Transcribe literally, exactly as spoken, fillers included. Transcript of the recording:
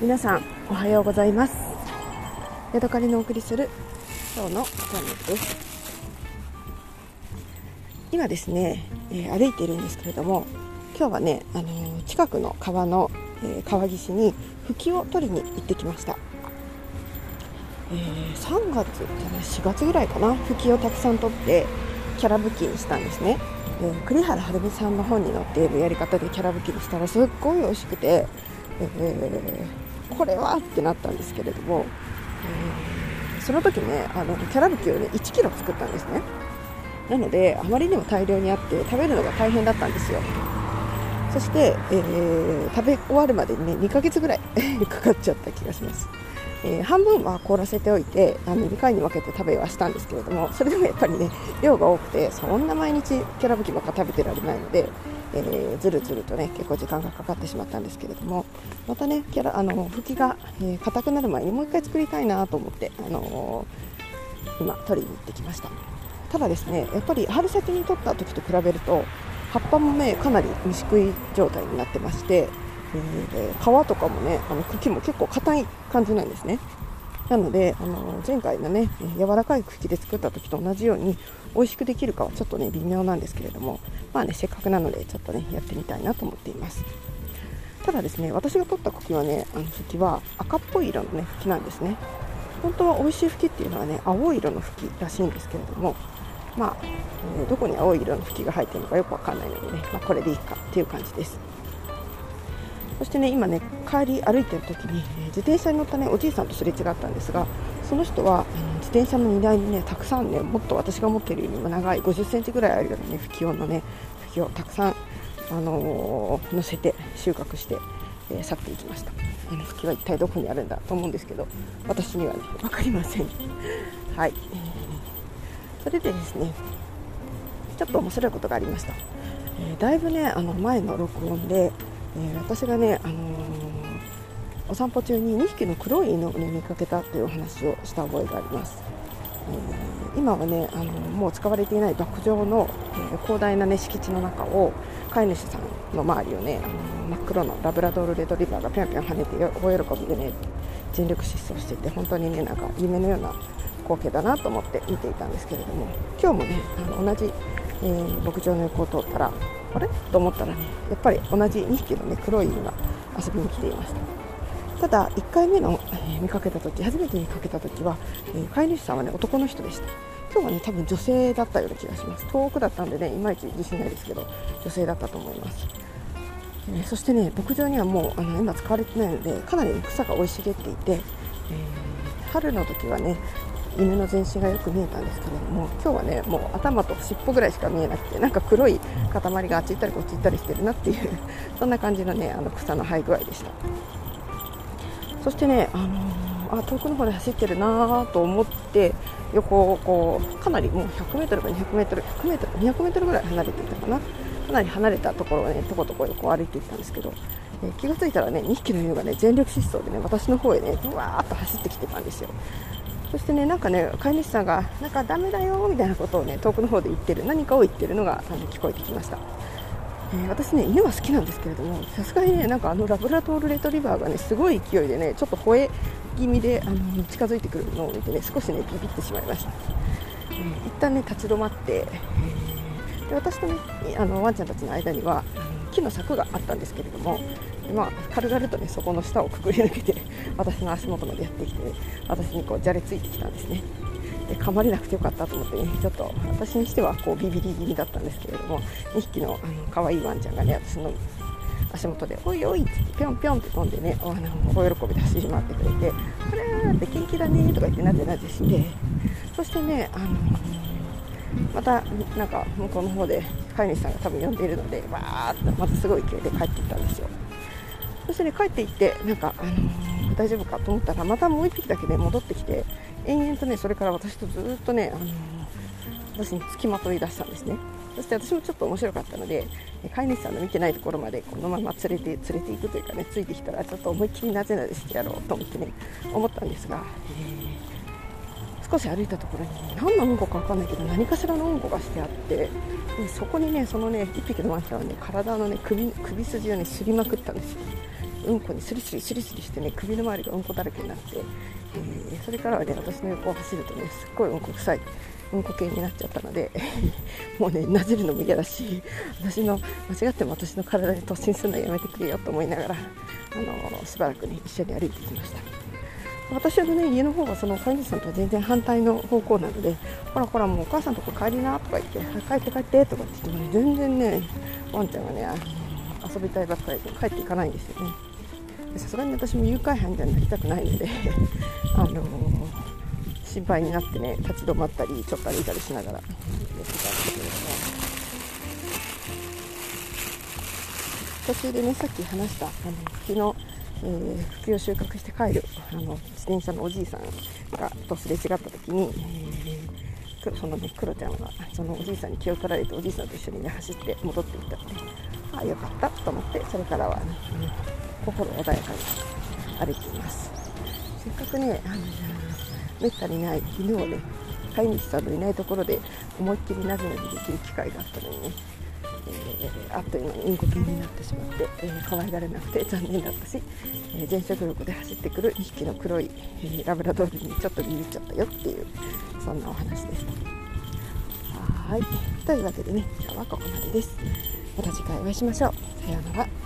皆さんおはようございます。ヤドカリのお送りする今日のチャンネルです。今ですね、えー、歩いているんですけれども、今日はね、あのー、近くの川の、えー、川岸にフキを取りに行ってきました。えー、さんがつじゃないしがつぐらいかな、フキをたくさん取ってキャラブキにしたんですね。えー、栗原はるみさんの本に載っているやり方でキャラブキにしたらすっごい美味しくて、えーこれはってなったんですけれども、えー、その時ね、あのキャラブキをねいちキロ作ったんですね。なのであまりにも大量にあって食べるのが大変だったんですよ。そして、えー、食べ終わるまでにねにかげつぐらいかかっちゃった気がします。えー、半分は凍らせておいてあのにかいに分けて食べはしたんですけれども、それでもやっぱりね量が多くてそんな毎日キャラブキばっか食べてられないので、えー、ずるずるとね結構時間がかかってしまったんですけれども、またねキャラあのフキが硬、えー、くなる前にもう一回作りたいなと思って、あのー、今取りに行ってきました。ただですね、やっぱり春先に取った時と比べると葉っぱもねかなり虫食い状態になってまして、えー、皮とかもねあの茎も結構硬い感じなんですね。なのであの前回のね柔らかい茎で作った時と同じように美味しくできるかはちょっとね微妙なんですけれども、まあねせっかくなのでちょっとねやってみたいなと思っています。ただですね、私が取った茎はねあの茎は赤っぽい色のね茎なんですね。本当は美味しい茎っていうのはね青い色の茎らしいんですけれども、まあ、えー、どこに青い色の茎が入っているのかよくわかんないのでね、まあ、これでいいかっていう感じです。そしてね今ね帰り歩いてる時に、えー、自転車に乗ったねおじいさんとすれ違ったんですが、その人は、えー、自転車の荷台にねたくさんねもっと私が持っているよりも長いごじゅっセンチぐらいあるようなねフキをのねフキをたくさん、あのー、乗せて収穫して、えー、去っていきました。あのフキは一体どこにあるんだと思うんですけど、私にはね分かりません。はい、えー、それでですねちょっと面白いことがありました。えー、だいぶねあの前の録音でえー、私がね、あのー、お散歩中ににひきの黒い犬を、ね、見かけたというお話をした覚えがあります。えー、今はね、あのー、もう使われていない牧場の、えー、広大な、ね、敷地の中を飼い主さんの周りをね、あのー、真っ黒のラブラドールレトリバーがぴょんぴょん跳ねて大喜びでね全力疾走していて、本当にねなんか夢のような光景だなと思って見ていたんですけれども、今日もねあの同じ、えー、牧場の横を通ったらあれと思ったらね、やっぱり同じにひきの、ね、黒い犬が遊びに来ていました。ただいっかいめの、えー、見かけた時初めて見かけた時は、えー、飼い主さんは、ね、男の人でした。今日はね多分女性だったような気がします。遠くだったんでねいまいち自信ないですけど女性だったと思います。えー、そしてね牧場にはもうあの今使われてないのでかなり草が生い茂っていて、えー、春の時はね犬の全身がよく見えたんですけれども、今日はねもう頭と尻尾ぐらいしか見えなくて、なんか黒い塊があっち行ったりこっち行ったりしてるなっていうそんな感じのねあの草の生え具合でした。そしてね、あのー、あ遠くの方で走ってるなと思って横をこうかなりもうひゃくメートルかにひゃくメートル、ひゃくメートル、にひゃくメートルぐらい離れていたかな、かなり離れたところをねとことこ横歩いていったんですけど、えー、気がついたらねにひきの犬がね全力疾走でね私の方へねぶわーっと走ってきてたんですよ。そしてねなんかね飼い主さんがなんかダメだよみたいなことをね遠くの方で言ってる、何かを言ってるのが聞こえてきました。えー、私ね犬は好きなんですけれども、さすがにねなんかあのラブラドールレトリバーがねすごい勢いでねちょっと吠え気味であの近づいてくるのを見てね少しねビビってしまいました。えー、一旦ね立ち止まって、えー、で私とねあのワンちゃんたちの間には木の柵があったんですけれども、まあ、軽々とねそこの下をくぐり抜けて私の足元までやってきて私にこうじゃれついてきたんですね。で噛まれなくてよかったと思ってねちょっと私にしてはこうビビり気味だったんですけれども、にひきのあの可愛いワンちゃんがね私の足元でおいおいってぴょんぴょんって飛んでねあの大喜びで走り回ってくれて、あれーって元気だねとか言ってなぜなぜして、そしてねあのまたなんか向こうの方で飼い主さんが多分呼んでいるのでわーっとまたすごい勢いで帰っていったんですよ。そしてね帰っていってなんか、あのー、大丈夫かと思ったらまたもう一匹だけね戻ってきて延々とねそれから私とずっとね、あのー、私に付きまとい出したんですね。そして私もちょっと面白かったので飼い主さんの見てないところまでこのまま連れて連れていくというかねついてきたらちょっと思いっきりなぜなぜしてやろうと思ってね思ったんですが、えー、少し歩いたところに、ね、何のうんこか分かんないけど何かしらのうんこがしてあって、でそこにねそのね一匹のワンちゃんはね体のね 首, 首筋をねすりまくったんですよ。 うんこにスリスリスリスリしてね、首の周りがうんこだらけになって、えー、それからはね、私の横を走るとね、すっごいうんこ臭いうんこ系になっちゃったのでもうね、なじるのも嫌だし、私の間違っても私の体に突進するのはやめてくれよと思いながら、あのしばらくね、一緒に歩いてきました。私の、ね、家の方はその飼い主さんとは全然反対の方向なので、ほらほらもうお母さんとこ帰りなとか言って、帰って帰ってとかって言ってもね、全然ね、ワンちゃんがね、あの遊びたいばっかりで帰っていかないんですよね。さすがに私も誘拐犯にはなりたくないのであの心配になってね、立ち止まったりちょっと歩いたりしながらやってたんですけれども、途中でね、さっき話したあの昨日えー、茎を収穫して帰るあの自転車のおじいさんがとすれ違った時に、えー、そのね、クロちゃんがそのおじいさんに気を取られて、おじいさんと一緒に、ね、走って戻っていったので、ああよかったと思って、それからは、ね、心穏やかに歩いています。せっかくね、あのめったにない犬をね、飼い主さんのいないところで思いっきりなじなじできる機会があったのにね、えー、あっという間にうんこ系になってしまって、えー、可愛がれなくて残念だったし、えー、全速力で走ってくるにひきの黒い、えー、ラブラドールにちょっとビビっちゃったよっていう、そんなお話です。はい、というわけでね、今日はここまでです。また次回お会いしましょう。さようなら。